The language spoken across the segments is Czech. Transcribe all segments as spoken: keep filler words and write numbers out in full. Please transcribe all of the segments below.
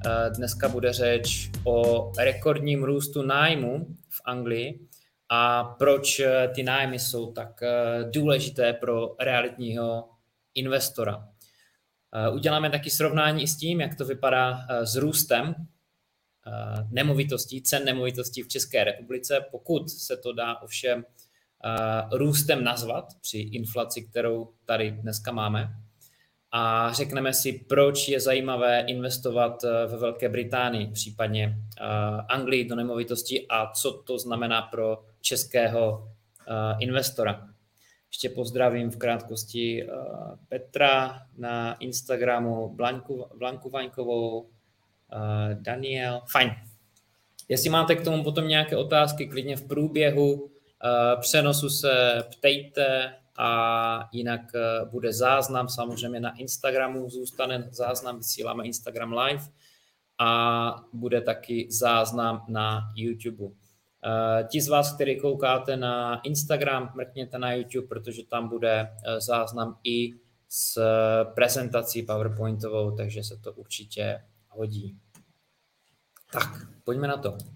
dneska bude řeč o rekordním růstu nájmu v Anglii a proč ty nájmy jsou tak důležité pro realitního investora. Uděláme taky srovnání i s tím, jak to vypadá s růstem nemovitostí, cen nemovitostí v České republice, pokud se to dá ovšem růstem nazvat při inflaci, kterou tady dneska máme. A řekneme si, proč je zajímavé investovat ve Velké Británii, případně Anglii do nemovitostí a co to znamená pro českého investora. Ještě pozdravím v krátkosti Petra na Instagramu, Blanku, Blanku Vaňkovou, Daniel. Fajn. Jestli máte k tomu potom nějaké otázky, klidně v průběhu přenosu se ptejte a jinak bude záznam samozřejmě na Instagramu, zůstane záznam, vysíláme Instagram live a bude taky záznam na YouTube. Ti z vás, kteří koukáte na Instagram, mrkněte na YouTube, protože tam bude záznam i s prezentací PowerPointovou, takže se to určitě hodí. Tak, pojďme na to.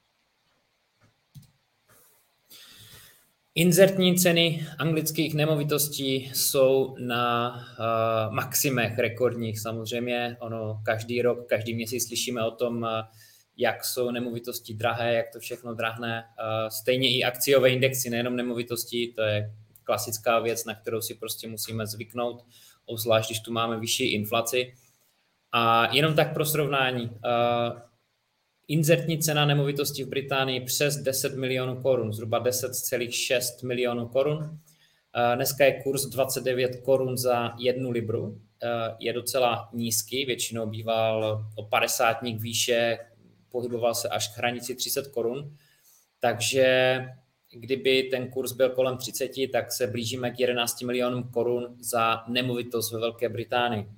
Inzertní ceny anglických nemovitostí jsou na uh, maximech rekordních. Samozřejmě ono každý rok, každý měsíc slyšíme o tom, uh, jak jsou nemovitosti drahé, jak to všechno drahne. Uh, stejně i akciové indexy, nejenom nemovitosti, to je klasická věc, na kterou si prostě musíme zvyknout, obzvlášť když tu máme vyšší inflaci. A jenom tak pro srovnání, uh, inzertní cena nemovitosti v Británii přes deset milionů korun, zhruba deset celá šest milionů korun. Dneska je kurz dvacet devět korun za jednu libru. Je docela nízký, většinou býval o padesátník výše, pohyboval se až k hranici třicet korun. Takže kdyby ten kurz byl kolem třicet, tak se blížíme k jedenácti milionům korun za nemovitost ve Velké Británii.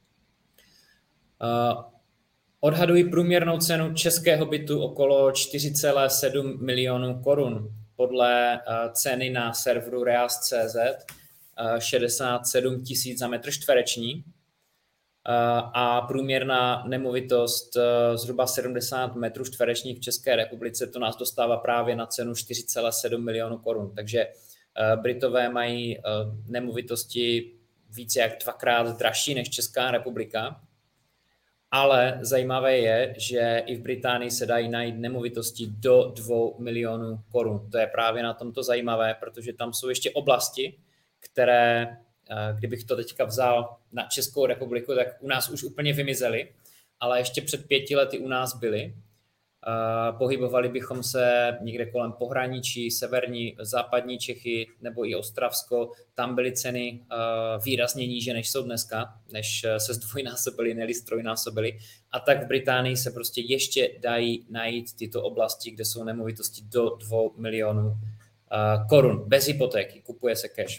Odhadují průměrnou cenu českého bytu okolo čtyři celá sedm milionů korun. Podle ceny na serveru Reas tečka cé zet šedesát sedm tisíc za metr čtvereční a průměrná nemovitost zhruba sedmdesát metrů čtverečních v České republice, to nás dostává právě na cenu čtyři celá sedm milionů korun. Takže Britové mají nemovitosti více jak dvakrát dražší než Česká republika. Ale zajímavé je, že i v Británii se dají najít nemovitosti do dvou milionů korun. To je právě na tomto zajímavé, protože tam jsou ještě oblasti, které, kdybych to teďka vzal na Českou republiku, tak u nás už úplně vymizely, ale ještě před pěti lety u nás byly. Pohybovali bychom se někde kolem pohraničí, severní, západní Čechy nebo i Ostravsko. Tam byly ceny výrazně níže, než jsou dneska, než se zdvojnásobily, ne-li strojnásobily. A tak v Británii se prostě ještě dají najít tyto oblasti, kde jsou nemovitosti do dvou milionů korun. Bez hypotéky, kupuje se cash.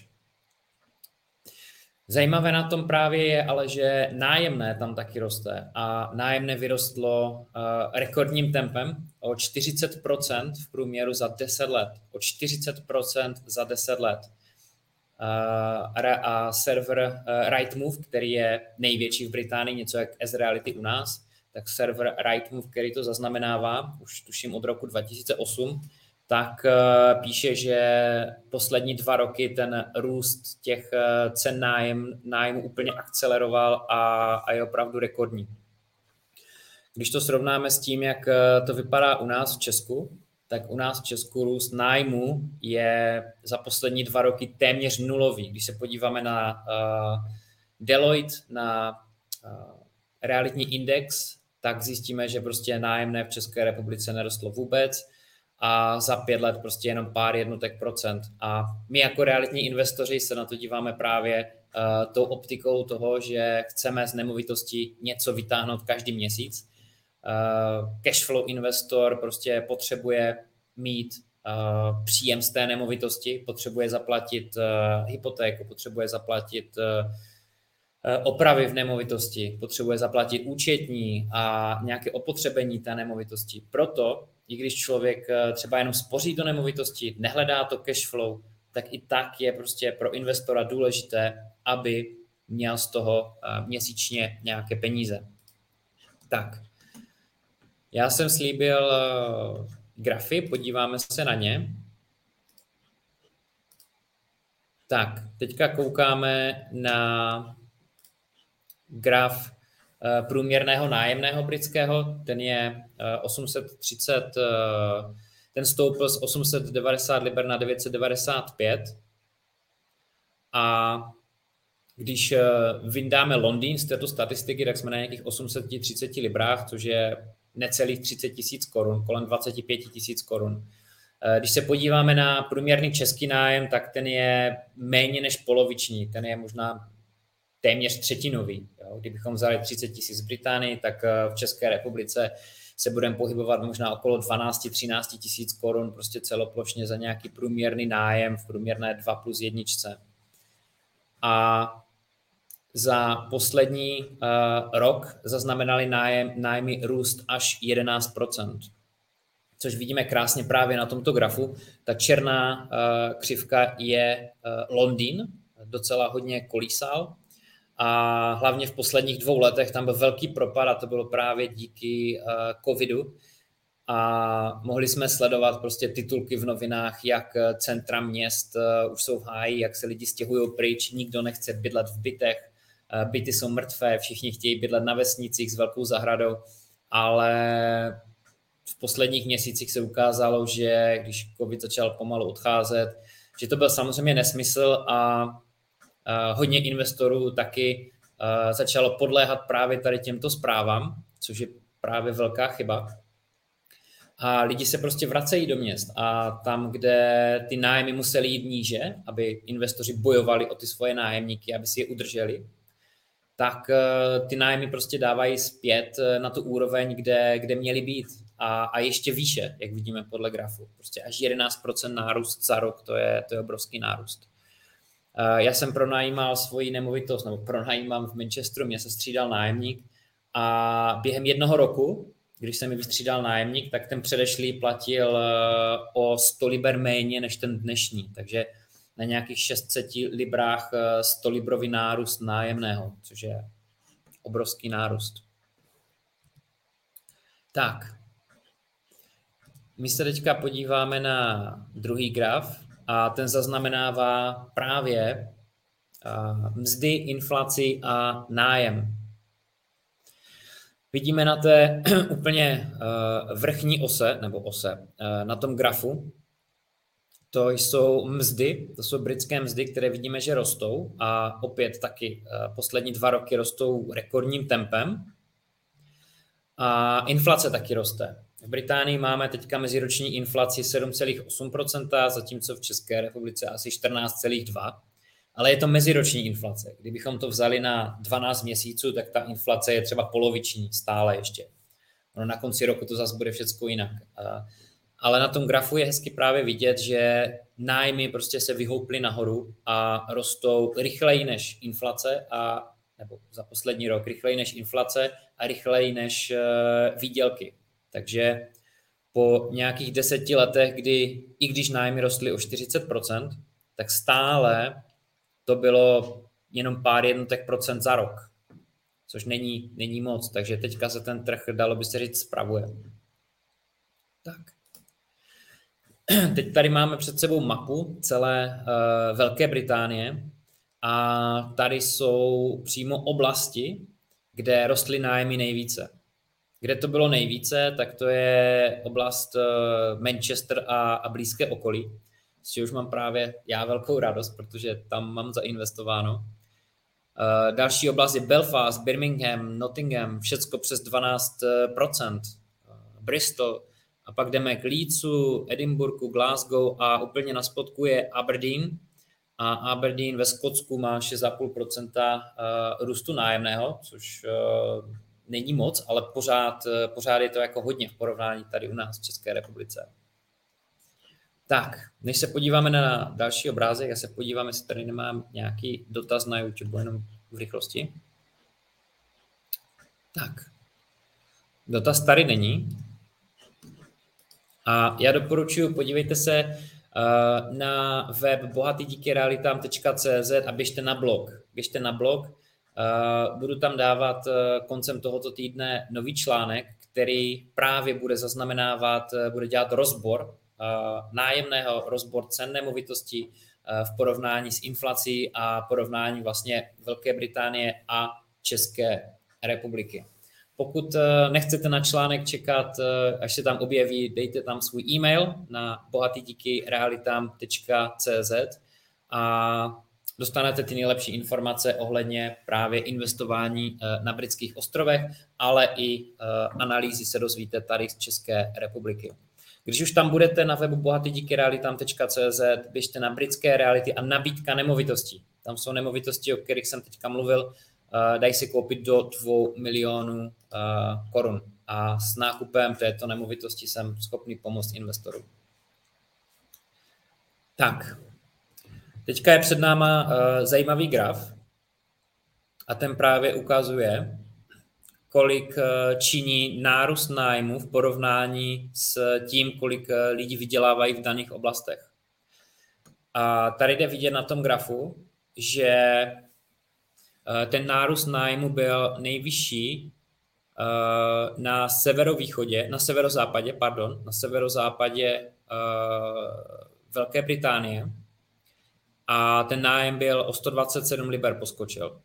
Zajímavé na tom právě je ale, že nájemné tam taky roste a nájemné vyrostlo uh, rekordním tempem o čtyřicet procent v průměru za deset let. O čtyřicet procent za deset let. Uh, a server uh, Rightmove, který je největší v Británii, něco jak S-Reality u nás, tak server Rightmove, který to zaznamenává, už tuším od roku dva tisíce osm, tak píše, že poslední dva roky ten růst těch cen nájem, nájmu úplně akceleroval a, a je opravdu rekordní. Když to srovnáme s tím, jak to vypadá u nás v Česku, tak u nás v Česku růst nájmu je za poslední dva roky téměř nulový. Když se podíváme na uh, Deloitte, na uh, realitní index, tak zjistíme, že prostě nájemné v České republice nerostlo vůbec a za pět let prostě jenom pár jednotek procent. A my jako realitní investoři se na to díváme právě uh, tou optikou toho, že chceme z nemovitostí něco vytáhnout každý měsíc. Uh, cashflow investor prostě potřebuje mít uh, příjem z té nemovitosti, potřebuje zaplatit uh, hypotéku, potřebuje zaplatit uh, opravy v nemovitosti, potřebuje zaplatit účetní a nějaké opotřebení té nemovitosti. Proto, i když člověk třeba jenom spoří do nemovitosti, nehledá to cash flow, tak i tak je prostě pro investora důležité, aby měl z toho měsíčně nějaké peníze. Tak, Já jsem slíbil grafy, podíváme se na ně. Tak, teďka koukáme na graf průměrného nájemného britského, ten je osm set třicet, ten stoupl z osm set devadesát liber na devět set devadesát pět a když vyndáme Londýn z této statistiky, tak jsme na nějakých osm set třicet librách, což je necelých třicet tisíc korun, kolem dvacet pět tisíc korun. Když se podíváme na průměrný český nájem, tak ten je méně než poloviční, ten je možná téměř třetinový. Jo. Kdybychom vzali třicet tisíc z Británii, tak v České republice se budeme pohybovat možná okolo dvanáct třináct tisíc korun prostě celoplošně za nějaký průměrný nájem v průměrné dva plus jedničce. A za poslední uh, rok zaznamenali nájem, nájmy růst až jedenáct procent, což vidíme krásně právě na tomto grafu. Ta černá uh, křivka je uh, Londýn, docela hodně kolísal a hlavně v posledních dvou letech tam byl velký propad a to bylo právě díky uh, covidu a mohli jsme sledovat prostě titulky v novinách, jak centra měst uh, už jsou v háji, jak se lidi stěhují pryč, nikdo nechce bydlet v bytech, uh, byty jsou mrtvé, všichni chtějí bydlet na vesnicích s velkou zahradou, ale v posledních měsících se ukázalo, že když covid začal pomalu odcházet, že to byl samozřejmě nesmysl a Uh, hodně investorů taky uh, začalo podléhat právě tady těmto zprávám, což je právě velká chyba. A lidi se prostě vracejí do měst a tam, kde ty nájmy musely jít níže, aby investoři bojovali o ty svoje nájemníky, aby si je udrželi, tak uh, ty nájmy prostě dávají zpět na tu úroveň, kde, kde měly být a, a ještě výše, jak vidíme podle grafu. Prostě až jedenáct procent nárůst za rok, to je, to je obrovský nárůst. Já jsem pronajímal svoji nemovitost, nebo pronajímám v Manchesteru, mě se střídal nájemník a během jednoho roku, když se mi vystřídal nájemník, tak ten předešlý platil o sto liber méně než ten dnešní, takže na nějakých šest set librách sto librový nárůst nájemného, což je obrovský nárůst. Tak, my se teďka podíváme na druhý graf, a ten zaznamenává právě mzdy, inflaci a nájem. Vidíme na té úplně vrchní ose, nebo ose, na tom grafu, to jsou mzdy, to jsou britské mzdy, které vidíme, že rostou a opět taky poslední dva roky rostou rekordním tempem a inflace taky roste. V Británii máme teďka meziroční inflaci sedm celá osm procenta, zatímco v České republice asi čtrnáct celá dva procenta, ale je to meziroční inflace. Kdybychom to vzali na dvanáct měsíců, tak ta inflace je třeba poloviční stále ještě. Ono na konci roku to zase bude všechno jinak. Ale na tom grafu je hezky právě vidět, že nájmy prostě se vyhouply nahoru a rostou rychleji než inflace, a, nebo za poslední rok rychleji než inflace a rychleji než výdělky. Takže po nějakých deseti letech, kdy i když nájmy rostly o čtyřicet procent, tak stále to bylo jenom pár jednotek procent za rok, což není, není moc. Takže teďka se ten trh, dalo by se říct, spravuje. Tak. Teď tady máme před sebou mapu celé uh, Velké Británie a tady jsou přímo oblasti, kde rostly nájmy nejvíce. Kde to bylo nejvíce, tak to je oblast Manchester a, a blízké okolí, s čím už mám právě já velkou radost, protože tam mám zainvestováno. Uh, další oblast je Belfast, Birmingham, Nottingham, všecko přes dvanáct procent. Uh, Bristol, a pak jdeme k Leedsu, Edinburghu, Glasgow a úplně na spodku je Aberdeen. A Aberdeen ve Skotsku má šest celá pět procenta uh, růstu nájemného, což uh, není moc, ale pořád, pořád je to jako hodně v porovnání tady u nás v České republice. Tak, než se podíváme na další obrázek, já se podívám, jestli tady nemám nějaký dotaz na YouTube, jenom v rychlosti. Tak, dotaz tady není. A já doporučuji, podívejte se uh, na web bohatydíkyrealitám tečka cé zet a běžte na blog. Běžte na blog. Uh, budu tam dávat uh, koncem tohoto týdne nový článek, který právě bude zaznamenávat, bude dělat rozbor nájemného, rozbor cen nemovitostí v porovnání s inflací a porovnání vlastně Velké Británie a České republiky. Pokud nechcete na článek čekat, až se tam objeví, dejte tam svůj e-mail na bohatydíky realitám tečka cé zet a dostanete ty nejlepší informace ohledně právě investování na britských ostrovech, ale i analýzy se dozvíte tady z České republiky. Když už tam budete na webu bohatydíky realitám tečka cé zet, běžte na britské reality a nabídka nemovitostí. Tam jsou nemovitosti, o kterých jsem teďka mluvil, dají se koupit do dvou milionů korun. A s nákupem této nemovitosti jsem schopný pomoct investorům. Tak, teďka je před náma zajímavý graf a ten právě ukazuje, kolik činí nárůst nájmu v porovnání s tím, kolik lidí vydělávají v daných oblastech. A tady jde vidět na tom grafu, že ten nárůst nájmu byl nejvyšší na severovýchodě, na severozápadě, pardon, na severozápadě Velké Británie a ten nájem byl o sto dvacet sedm liber poskočil.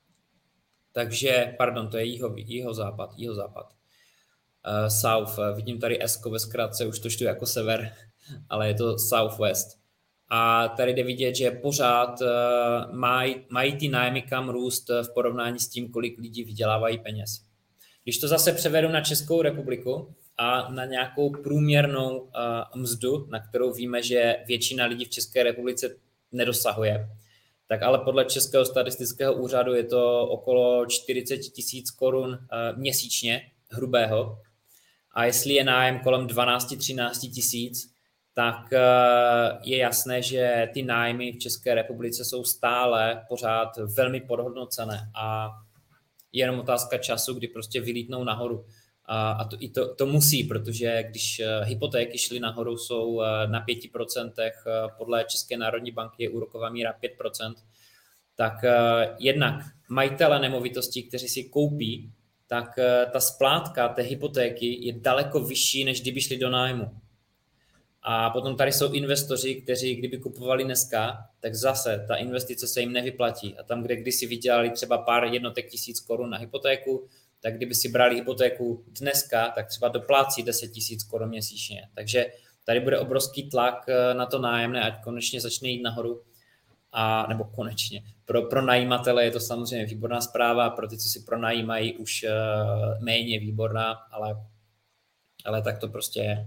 Takže, pardon, to je jiho, jihozápad, jihozápad. Uh, south, vidím tady S ve zkratce, už to čtu jako sever, ale je to southwest. A tady jde vidět, že pořád uh, mají, mají ty nájmy kam růst v porovnání s tím, kolik lidí vydělávají peněz. Když to zase převedu na Českou republiku a na nějakou průměrnou uh, mzdu, na kterou víme, že většina lidí v České republice nedosahuje, tak ale podle Českého statistického úřadu je to okolo čtyřicet tisíc korun měsíčně hrubého. A jestli je nájem kolem dvanáct až třináct tisíc, tak je jasné, že ty nájmy v České republice jsou stále pořád velmi podhodnocené a je jenom otázka času, kdy prostě vylítnou nahoru. A to, i to, to musí, protože když hypotéky šly nahoru, jsou na pět procent, podle České národní banky je úroková míra pět procent, tak jednak majitele nemovitostí, kteří si koupí, tak ta splátka té hypotéky je daleko vyšší, než kdyby šli do nájmu. A potom tady jsou investoři, kteří kdyby kupovali dneska, tak zase ta investice se jim nevyplatí. A tam, kde kdysi vydělali třeba pár jednotek tisíc korun na hypotéku, tak kdyby si brali hypotéku dneska, tak třeba doplácí deset tisíc korun měsíčně. Takže tady bude obrovský tlak na to nájemné, ať konečně začne jít nahoru. A, nebo konečně. Pro, pro najímatele je to samozřejmě výborná zpráva, pro ty, co si pronajímají, už uh, méně výborná, ale, ale tak to prostě je.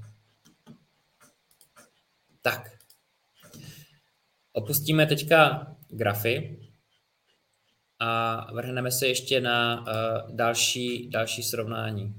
Tak. Opustíme teďka grafy a vrhneme se ještě na uh, další, další srovnání.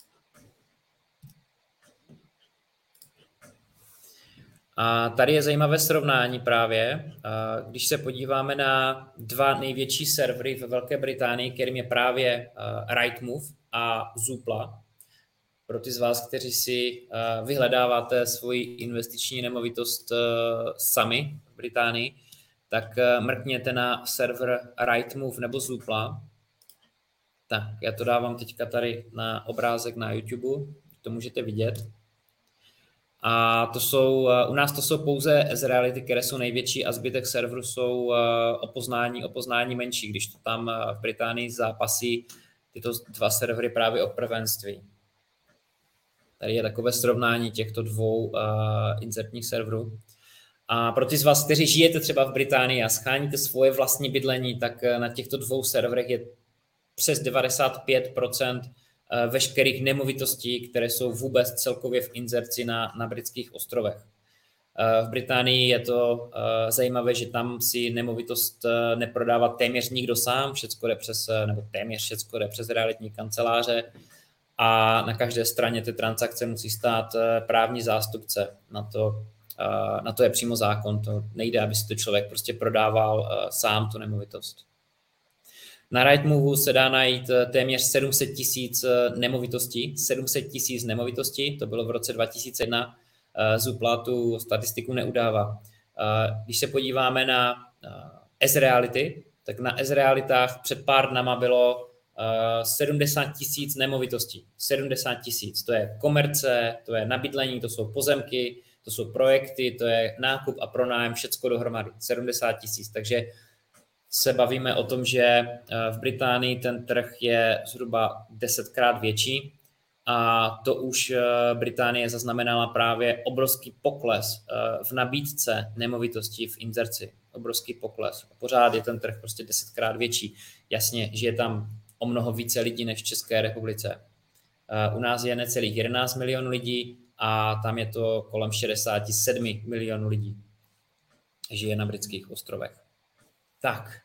A tady je zajímavé srovnání právě, když se podíváme na dva největší servery ve Velké Británii, kterým je právě Rightmove a Zoopla. Pro ty z vás, kteří si vyhledáváte svoji investiční nemovitost sami v Británii, tak mrkněte na server Rightmove nebo Zoopla. Tak, já to dávám teďka tady na obrázek na YouTube, to můžete vidět. A to jsou, u nás to jsou pouze S-reality, které jsou největší a zbytek serveru jsou o poznání, o poznání menší, když to tam v Británii zápasí tyto dva servery právě o prvenství. Tady je takové srovnání těchto dvou uh, inzertních serverů. A pro ty z vás, kteří žijete třeba v Británii a scháníte svoje vlastní bydlení, tak na těchto dvou serverech je přes devadesát pět procent veškerých nemovitostí, které jsou vůbec celkově v inzerci na, na britských ostrovech. V Británii je to zajímavé, že tam si nemovitost neprodává téměř nikdo sám, všecko jde přes, nebo téměř všecko jde přes realitní kanceláře a na každé straně té transakce musí stát právní zástupce. Na to, na to je přímo zákon, to nejde, aby si to člověk prostě prodával sám tu nemovitost. Na Rightmoveu se dá najít téměř sedm set tisíc nemovitostí, sedm set tisíc nemovitostí, to bylo v roce dva tisíce jedna, Zoopla tu statistiku neudává. Když se podíváme na S-reality, tak na S-realitách před pár dnama bylo sedmdesát tisíc nemovitostí. sedmdesát tisíc. To je komerce, to je nabydlení, to jsou pozemky, to jsou projekty, to je nákup a pronájem, všecko dohromady. sedmdesát tisíc. Takže se bavíme o tom, že v Británii ten trh je zhruba desetkrát větší a to už Británie zaznamenala právě obrovský pokles v nabídce nemovitostí v inzerci. Obrovský pokles. Pořád je ten trh prostě desetkrát větší. Jasně, že je tam o mnoho více lidí než v České republice. U nás je necelých jedenáct milionů lidí a tam je to kolem šedesát sedm milionů lidí. Žije na britských ostrovech. Tak.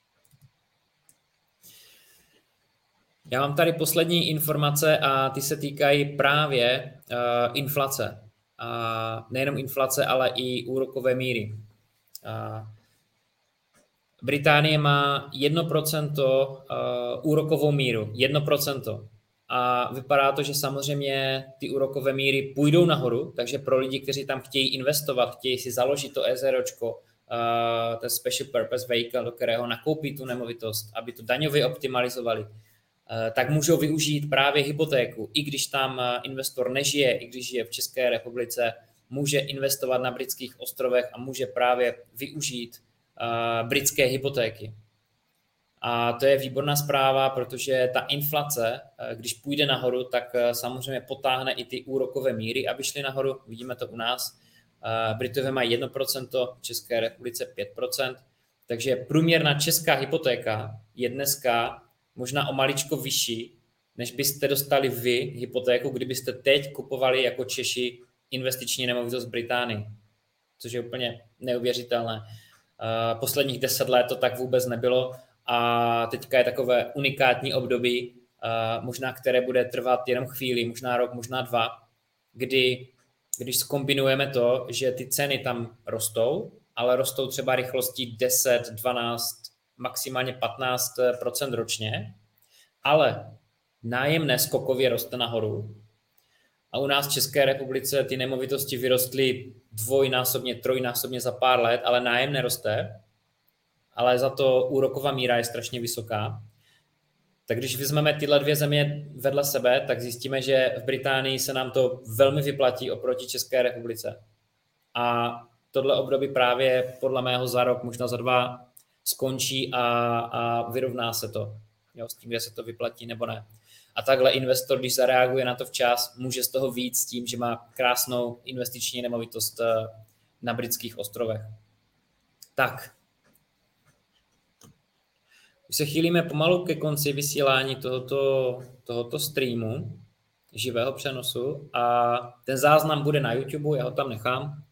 Já mám tady poslední informace a ty se týkají právě uh, inflace. Uh, nejenom inflace, ale i úrokové míry. Uh, Británie má jedno procento uh, úrokovou míru. jedno procento. A vypadá to, že samozřejmě ty úrokové míry půjdou nahoru, takže pro lidi, kteří tam chtějí investovat, chtějí si založit to SROčko, uh, ten Special Purpose Vehicle, do kterého nakoupí tu nemovitost, aby to daňově optimalizovali, uh, tak můžou využít právě hypotéku. I když tam investor nežije, i když žije v České republice, může investovat na britských ostrovech a může právě využít uh, britské hypotéky. A to je výborná zpráva, protože ta inflace, když půjde nahoru, tak samozřejmě potáhne i ty úrokové míry, aby šly nahoru. Vidíme to u nás. Britové mají jedno procento, v České republice pět procent. Takže průměrná česká hypotéka je dneska možná o maličko vyšší, než byste dostali vy hypotéku, kdybyste teď kupovali jako Češi investiční nemovitost v Británii. Což je úplně neuvěřitelné. Posledních deset let to tak vůbec nebylo. A teďka je takové unikátní období, možná které bude trvat jenom chvíli, možná rok, možná dva, kdy, když zkombinujeme to, že ty ceny tam rostou, ale rostou třeba rychlostí deset, dvanáct, maximálně patnáct procent ročně, ale nájemné skokově roste nahoru. A u nás v České republice ty nemovitosti vyrostly dvojnásobně, trojnásobně za pár let, ale nájemné roste, ale za to úroková míra je strašně vysoká. Tak když vezmeme tyhle dvě země vedle sebe, tak zjistíme, že v Británii se nám to velmi vyplatí oproti České republice. A tohle období právě podle mého za rok, možná za dva, skončí a, a vyrovná se to. Jo, s tím, kde se to vyplatí nebo ne. A takhle investor, když zareaguje na to včas, může z toho víc s tím, že má krásnou investiční nemovitost na britských ostrovech. Tak. Už se chýlíme pomalu ke konci vysílání tohoto, tohoto streamu, živého přenosu, a ten záznam bude na YouTube, já ho tam nechám.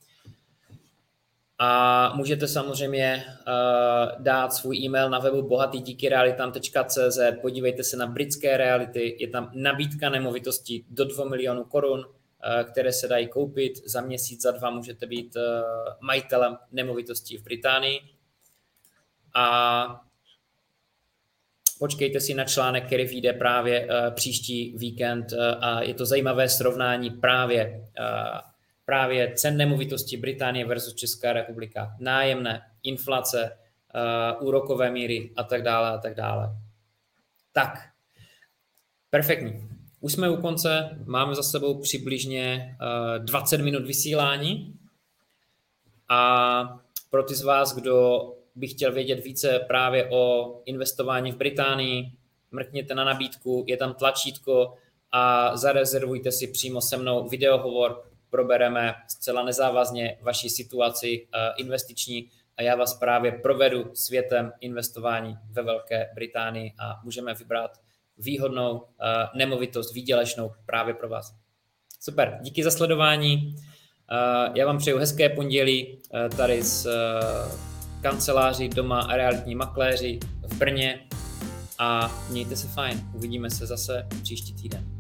A můžete samozřejmě uh, dát svůj e-mail na webu bohatý díky realitám tečka cé zet, podívejte se na britské reality, je tam nabídka nemovitostí do dvou milionů korun, uh, které se dají koupit, za měsíc, za dva můžete být uh, majitelem nemovitostí v Británii. A počkejte si na článek, který vyjde právě uh, příští víkend uh, a je to zajímavé srovnání právě, uh, právě cen nemovitostí Británie versus Česká republika, nájemné, inflace, uh, úrokové míry a tak dále a tak dále. Tak, perfektní. Už jsme u konce, máme za sebou přibližně uh, dvacet minut vysílání a pro ty z vás, kdo bych chtěl vědět více právě o investování v Británii, mrkněte na nabídku, je tam tlačítko a zarezervujte si přímo se mnou videohovor, probereme zcela nezávazně vaši situaci investiční a já vás právě provedu světem investování ve Velké Británii a můžeme vybrat výhodnou nemovitost, výdělečnou právě pro vás. Super, díky za sledování. Já vám přeju hezké pondělí tady z kanceláři doma a realitní makléři v Brně a mějte se fajn. Uvidíme se zase příští týden.